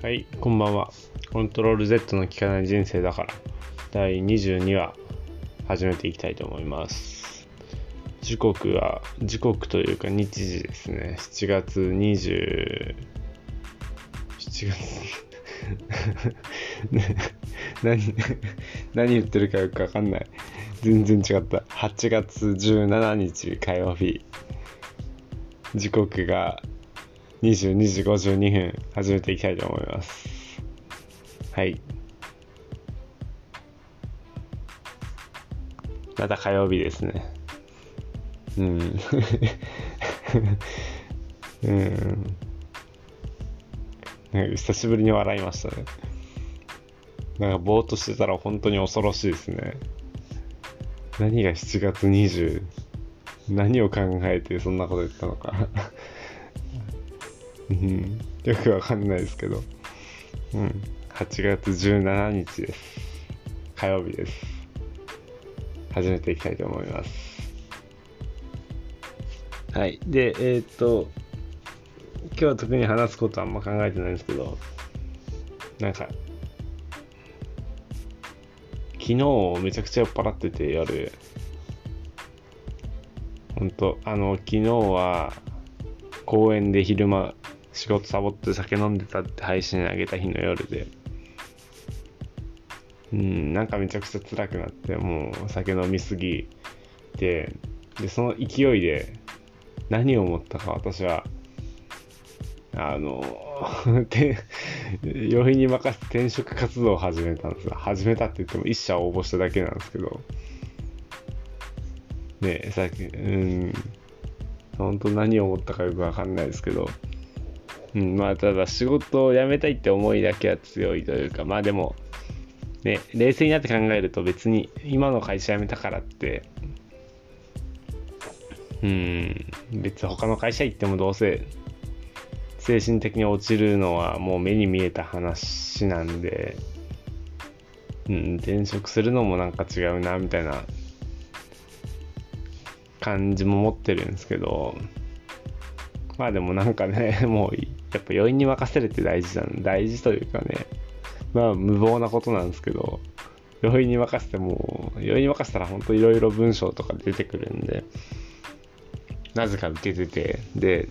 はい、こんばんは。コントロール Z の効かない人生だから第22話始めていきたいと思います。時刻というか日時ですね。7月20 7月何言ってるかよくわかんない。全然違った。8月17日火曜日、時刻が22時52分始めていきたいと思います。はい。また火曜日ですね。なんか久しぶりに笑いましたね。なんかぼーっとしてたら本当に恐ろしいですね。何が7月20、何を考えてそんなこと言ったのか。よくわかんないですけど、8月17日です。火曜日です。始めていきたいと思います。はい。で、今日は特に話すことはあんま考えてないんですけど、なんか昨日めちゃくちゃ酔っ払ってて、夜昨日は公園で昼間仕事サボって酒飲んでたって配信あげた日の夜で、なんかめちゃくちゃ辛くなって、もう酒飲みすぎて、でその勢いで何を思ったか、私は容易に任せて転職活動を始めたんです。始めたって言っても一社応募しただけなんですけどね。さっき本当何を思ったかよくわかんないですけど、まあただ仕事を辞めたいって思いだけは強いというか、まあでもね、冷静になって考えると別に今の会社辞めたからって別に他の会社行ってもどうせ精神的に落ちるのはもう目に見えた話なんで、転職するのもなんか違うなみたいな感じも持ってるんですけど、まあでもなんかね、もうやっぱ余韻に任せるって大事というかね、まあ無謀なことなんですけど、余韻に任せたら本当いろいろ文章とか出てくるんで、なぜか受けてて、で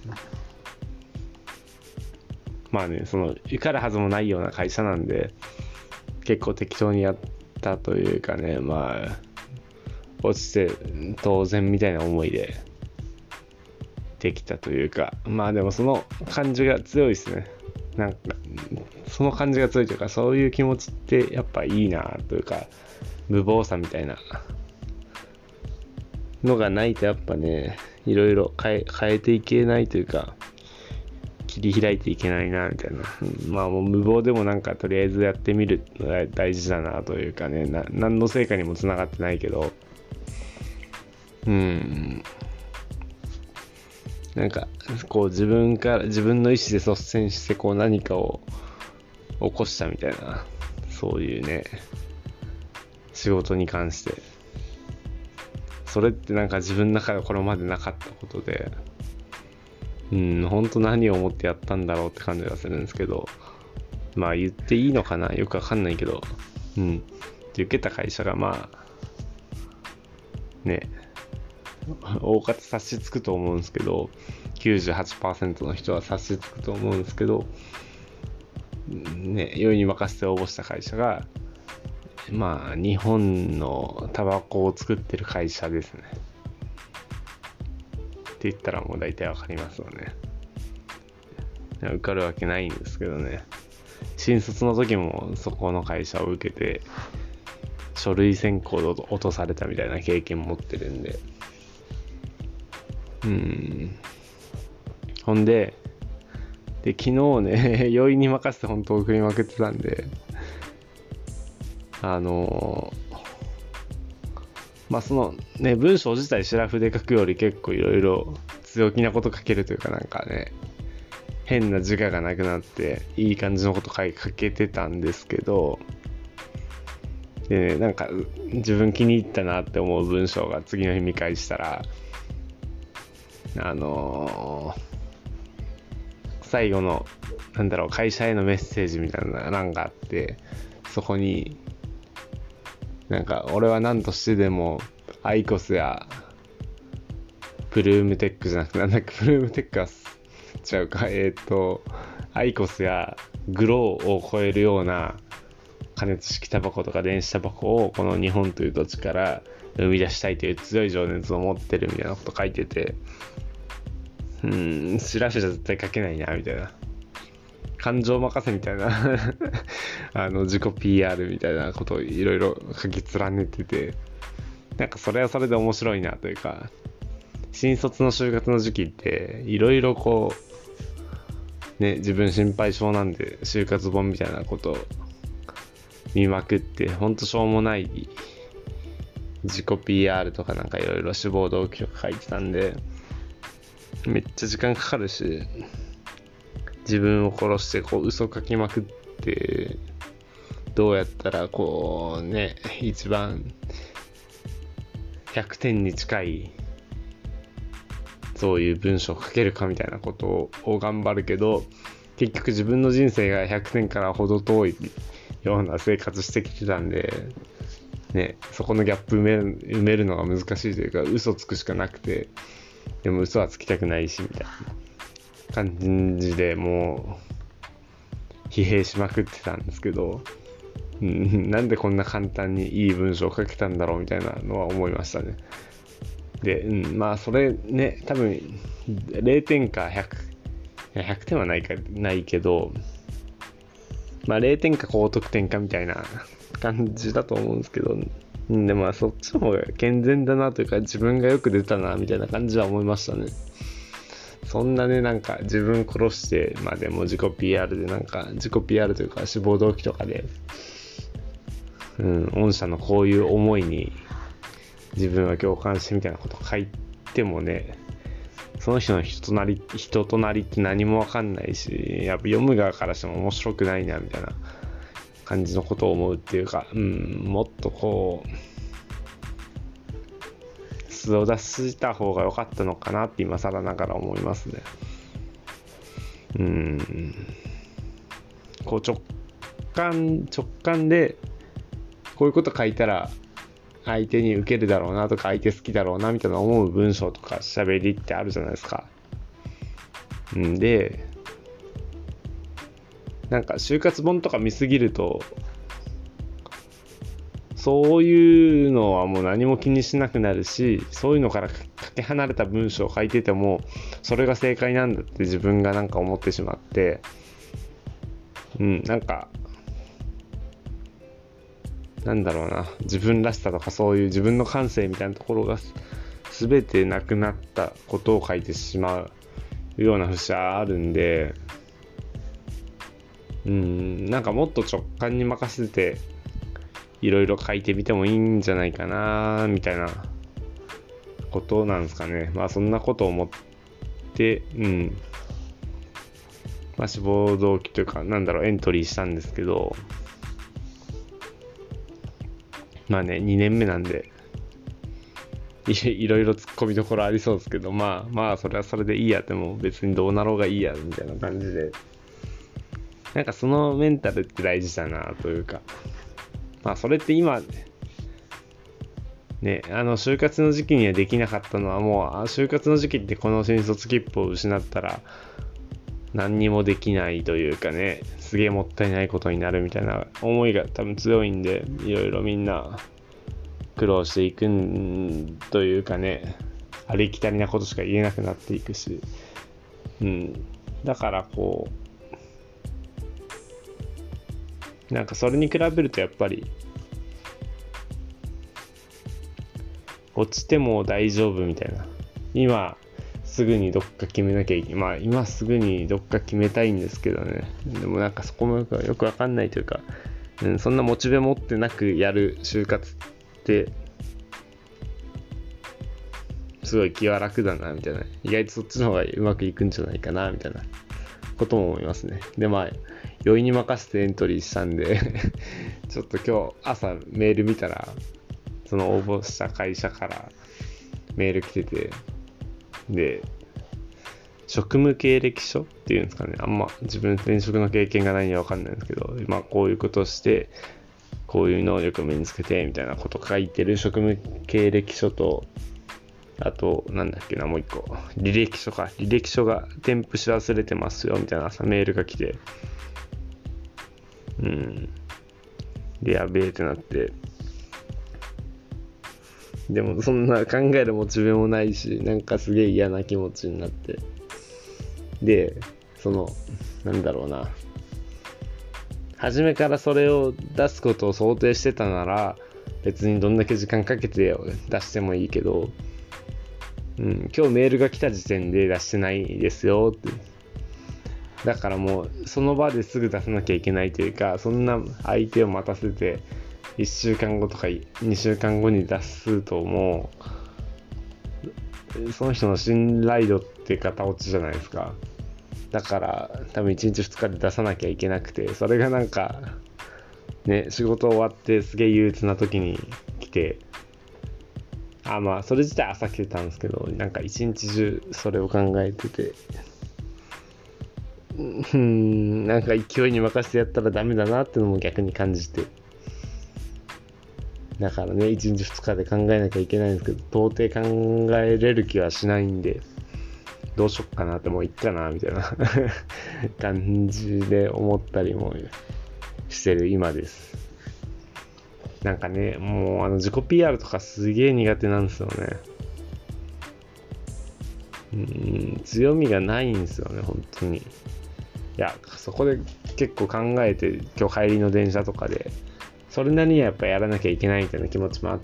まあね、その受かるはずもないような会社なんで結構適当にやったというかね、まあ落ちて当然みたいな思いでできたというか、まあでもその感じが強いですね。なんかその感じが強いというか、そういう気持ちってやっぱいいなというか、無謀さみたいなのがないとやっぱね、いろいろ変えていけないというか、切り開いていけないなみたいな、まあもう無謀でもなんかとりあえずやってみるのが大事だなというかね、何の成果にもつながってないけど、なんかこう自分の意思で率先してこう何かを起こしたみたいな、そういうね仕事に関して、それってなんか自分の中でこれまでなかったことで、本当何を思ってやったんだろうって感じがするんですけど、まあ言っていいのかな、よくわかんないけど、受けた会社がまあね、大方察しつくと思うんですけど、98% の人は察しつくと思うんですけどね、容易に任せて応募した会社がまあ日本のタバコを作ってる会社ですねって言ったらもう大体わかりますよね。受かるわけないんですけどね。新卒の時もそこの会社を受けて書類選考で落とされたみたいな経験持ってるんで、ほんで昨日ね、容易に任せて本当送りまくってたんで、まあそのね、文章自体シラフで書くより結構いろいろ強気なこと書けるというか、なんかね、変な自我がなくなっていい感じのこと書けてたんですけど、でね、なんか自分気に入ったなって思う文章が次の日見返したら、 最後の会社へのメッセージみたいな欄があって、そこに俺は何としてでもアイコスやプルームテックじゃなくて、プルームテックは違うか、アイコスやグローを超えるような加熱式タバコとか電子タバコをこの日本という土地から生み出したいという強い情熱を持ってるみたいなこと書いてて、シラフじゃ絶対書けないなみたいな、感情任せみたいな自己 PR みたいなことをいろいろ書き連ねてて、それはそれで面白いなというか、新卒の就活の時期っていろいろ自分心配性なんで就活本みたいなことを見まくって、ほんとしょうもない自己 PR とかいろいろ志望動機とか書いてたんで、めっちゃ時間かかるし、自分を殺して嘘書きまくって、どうやったら一番100点に近いそういう文章を書けるかみたいなことを頑張るけど、結局自分の人生が100点からほど遠いような生活してきてたんでそこのギャップ埋めるのが難しいというか、嘘つくしかなくて、でも嘘はつきたくないしみたいな感じでもう疲弊しまくってたんですけど、なんでこんな簡単にいい文章を書けたんだろうみたいなのは思いましたね。で、それ多分0点か100点はないけど、0点か高得点かみたいな感じだと思うんですけど、でもそっちの方が健全だなというか、自分がよく出たなみたいな感じは思いましたね。そんな自分殺してまでも自己 PR で自己 PR というか志望動機とかで御社のこういう思いに自分は共感してみたいなこと書いてもその人の人となりって何も分かんないし、やっぱ読む側からしても面白くないなみたいな感じのことを思うっていうか、もっと素を出した方が良かったのかなって今更ながら思いますね。直感でこういうこと書いたら相手に受けるだろうなとか、相手好きだろうなみたいな思う文章とか喋りってあるじゃないですか。で就活本とか見すぎると、そういうのはもう何も気にしなくなるし、そういうのからかけ離れた文章を書いててもそれが正解なんだって自分が思ってしまって、自分らしさとかそういう自分の感性みたいなところが全てなくなったことを書いてしまうような節はあるんで、もっと直感に任せていろいろ書いてみてもいいんじゃないかなみたいなことなんですかね。そんなことを思って志望動機というかエントリーしたんですけど、2年目なんでいろいろ突っ込みどころありそうですけど、それはそれでいいや、でも別にどうなろうがいいやみたいな感じで、そのメンタルって大事だなというか、それって今就活の時期にはできなかったのは、もう就活の時期ってこの新卒切符を失ったら何にもできないというかすげえもったいないことになるみたいな思いが多分強いんで、いろいろみんな苦労していくというかありきたりなことしか言えなくなっていくし、だからそれに比べるとやっぱり落ちても大丈夫みたいな、今すぐにどっか決めなきゃいけない、今すぐにどっか決めたいんですけどでもそこもよくわかんないというか、そんなモチベ持ってなくやる就活ってすごい気は楽だなみたいな、意外とそっちの方がうまくいくんじゃないかなみたいなことも思いますね。で余韻に任せてエントリーしたんでちょっと今日朝メール見たら、その応募した会社からメール来てて、で職務経歴書っていうんですかね。あんま自分転職の経験がないんでわかんないんですけど、今こういうことをして、こういう能力を身につけてみたいなこと書いてる職務経歴書と、あとなんだっけな、もう一個履歴書が添付し忘れてますよみたいな朝メールが来て、でやべえってなって、でもそんな考えるモチベもないし、なんかすげえ嫌な気持ちになって、でなんだろうな、初めからそれを出すことを想定してたなら別にどんだけ時間かけて出してもいいけど、今日メールが来た時点で出してないですよって。だからもうその場ですぐ出さなきゃいけないというか、そんな相手を待たせて1週間後とか2週間後に出すと、もうその人の信頼度って片落ちじゃないですか。だから多分1日2日で出さなきゃいけなくて、それがなんかね、仕事終わってすげえ憂鬱な時に来て、まあそれ自体朝来てたんですけど、なんか一日中それを考えてて、なんか勢いに任せてやったらダメだなってのも逆に感じて、だからね、1日2日で考えなきゃいけないんですけど、到底考えれる気はしないんで、どうしよっかなって、もういっかなみたいな感じで思ったりもしてる今です。なんかね、もう自己 PR とかすげえ苦手なんですよね。強みがないんですよね、本当に。いや、そこで結構考えて、今日帰りの電車とかでそれなりにやっぱやらなきゃいけないみたいな気持ちもあって、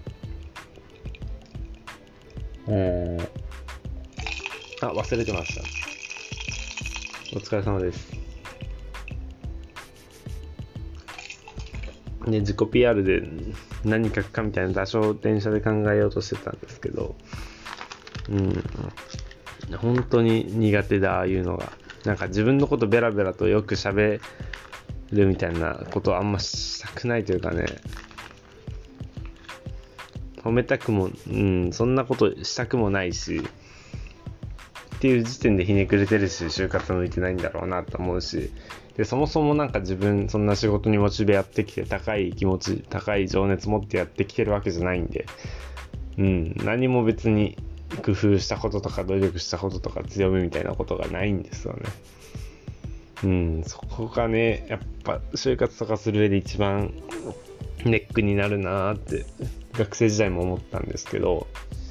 忘れてました。お疲れ様です。ね、自己 PR で何書くかみたいな場所を電車で考えようとしてたんですけど、本当に苦手だ、ああいうのが。なんか自分のことベラベラとよく喋るみたいなことはあんましたくないというかね、褒めたくも、そんなことしたくもないし、っていう時点でひねくれてるし、就活向いてないんだろうなと思うし、でそもそもなんか自分そんな仕事にモチベやってきて、高い気持ち、高い情熱持ってやってきてるわけじゃないんで、何も別に工夫したこととか努力したこととか強みみたいなことがないんですよね。そこがね、やっぱ就活とかする上で一番ネックになるなーって学生時代も思ったんですけど、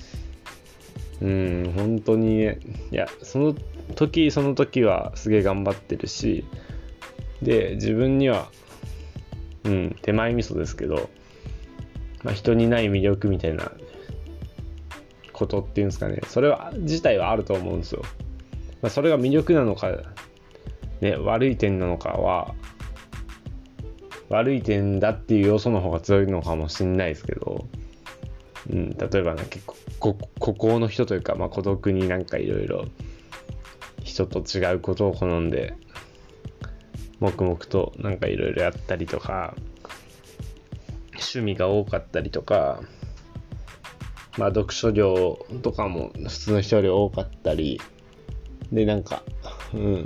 本当にね、いや、その時はすげえ頑張ってるし、で自分には手前味噌ですけど、人にない魅力みたいなことっていうんですかね、それは自体はあると思うんですよ。それが魅力なのかね、悪い点なのかは、悪い点だっていう要素の方が強いのかもしれないですけど、例えばね、結構孤高の人というか、孤独になんかいろいろ人と違うことを好んで黙々となんかいろいろやったりとか、趣味が多かったりとか、読書量とかも普通の人より多かったりで、なんか普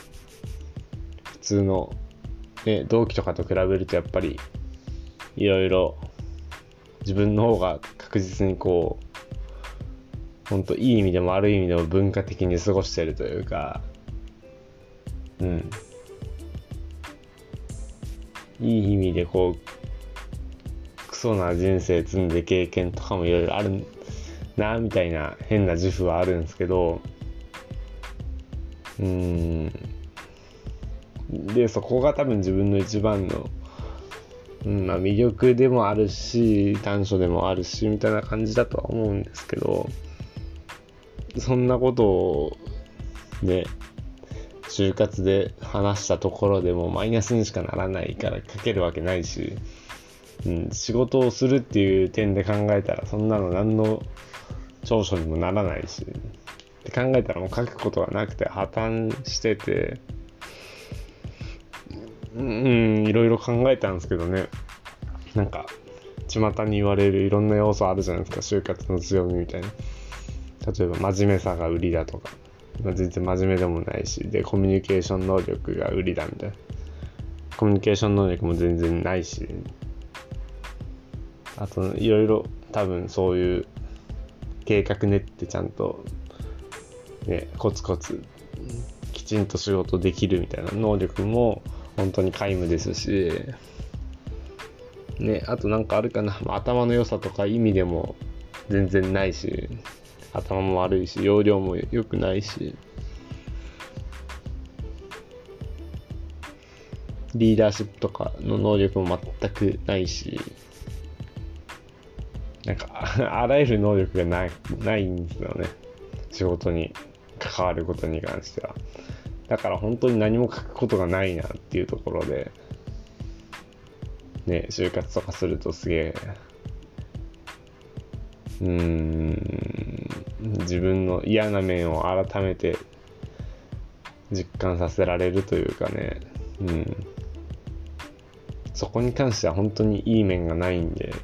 通の、同期とかと比べるとやっぱりいろいろ自分の方が確実にこう、本当いい意味でも悪い意味でも文化的に過ごしてるというか、いい意味でこうクソな人生積んで経験とかもいろいろあるなみたいな変な自負はあるんですけど、でそこが多分自分の一番の、魅力でもあるし短所でもあるしみたいな感じだとは思うんですけど、そんなことをね、就活で話したところでもマイナスにしかならないから書けるわけないし、仕事をするっていう点で考えたらそんなの何の長所にもならないしって考えたら、もう書くことがなくて破綻してて、いろいろ考えたんですけどね、なんか巷に言われるいろんな要素あるじゃないですか、就活の強みみたいな。例えば真面目さが売りだとか、 全然真面目でもないし、でコミュニケーション能力が売りだみたいな、コミュニケーション能力も全然ないし、あといろいろ多分そういう計画練ってちゃんとねコツコツきちんと仕事できるみたいな能力も本当に皆無ですしね。あとなんかあるかな、頭の良さとか意味でも全然ないし、頭も悪いし容量も良くないし、リーダーシップとかの能力も全くないし、なんかあらゆる能力がないんですよね、仕事に関わることに関しては。だから本当に何も書くことがないなっていうところでね、就活とかするとすげえ自分の嫌な面を改めて実感させられるというかね、そこに関しては本当にいい面がないんで、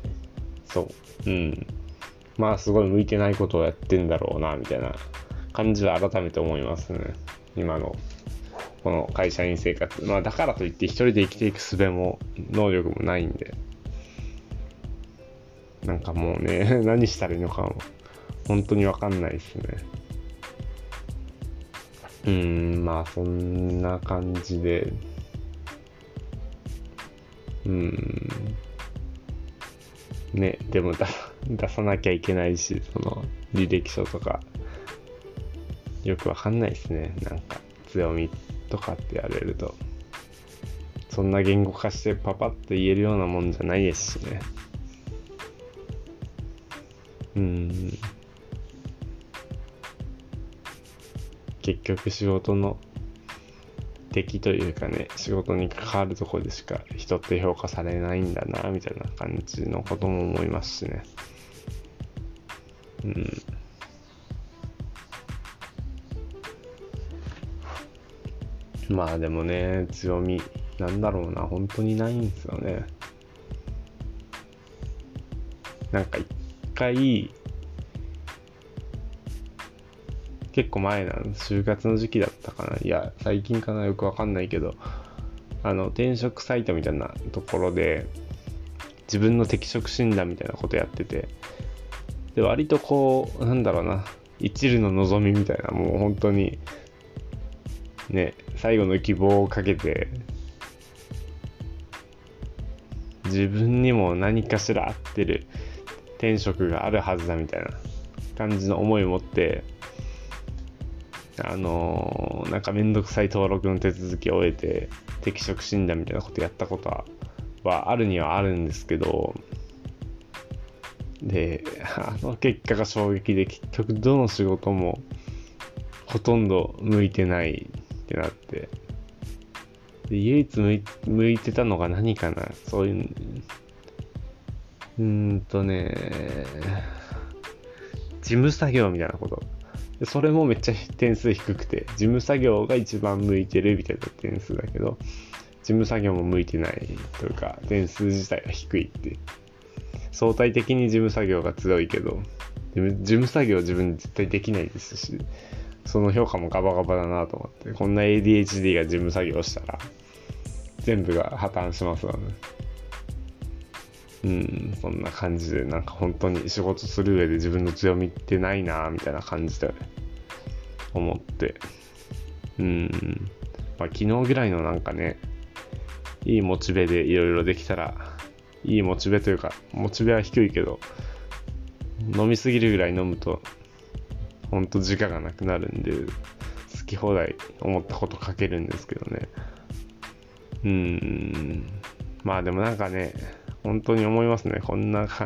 まあすごい向いてないことをやってんだろうなみたいな感じは改めて思いますね、今のこの会社員生活。だからといって一人で生きていく術も能力もないんで、なんかもうね何したらいいのかも本当に分かんないですね。まあそんな感じでね、でも出さなきゃいけないし、その履歴書とかよくわかんないですね。なんか強みとかって言われると、そんな言語化してパパッと言えるようなもんじゃないですしね。結局仕事の敵というかね、仕事に関わるところでしか人って評価されないんだなみたいな感じのことも思いますしね。まあでもね、強みなんだろうな、本当にないんですよね。なんか一回結構前就活の時期だったかな、いや最近かな、よくわかんないけど、転職サイトみたいなところで自分の適職診断みたいなことやってて、で割とこうなんだろうな、一縷の望みみたいな、もう本当にね、最後の希望をかけて自分にも何かしら合ってる転職があるはずだみたいな感じの思いを持って、なんかめんどくさい登録の手続きを終えて適職診断みたいなことやったことはあるにはあるんですけど、で結果が衝撃で、結局どの仕事もほとんど向いてないってなって、で唯一向いてたのが何かな、そういう事務作業みたいなこと。でそれもめっちゃ点数低くて、事務作業が一番向いてるみたいな点数だけど、事務作業も向いてないというか、点数自体が低いって。相対的に事務作業が強いけど、事務作業自分絶対できないですし、その評価もガバガバだなと思って、こんな ADHD が事務作業したら全部が破綻しますわね。そんな感じで、なんか本当に仕事する上で自分の強みってないなみたいな感じで思って、昨日ぐらいのなんかね、いいモチベでいろいろできたら、いいモチベというか、モチベは低いけど、飲みすぎるぐらい飲むとほんと時間がなくなるんで、好き放題思ったこと書けるんですけどね。まあでもなんかね、本当に思いますね。こんな考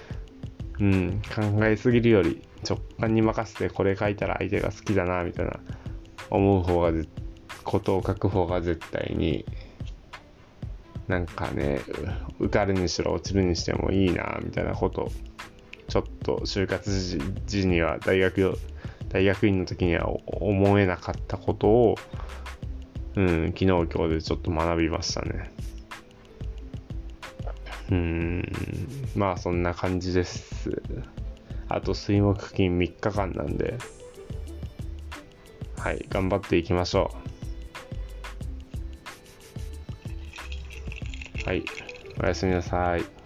えすぎるより直感に任せてこれ書いたら相手が好きだなみたいな思う方が、ことを書く方が絶対になんかね、受かるにしろ落ちるにしてもいいなみたいなこと、ちょっと就活時には大学院の時には思えなかったことを、昨日今日でちょっと学びましたね。まあそんな感じです。あと水木金3日間なんで、 はい、頑張っていきましょう。はい、おやすみなさい。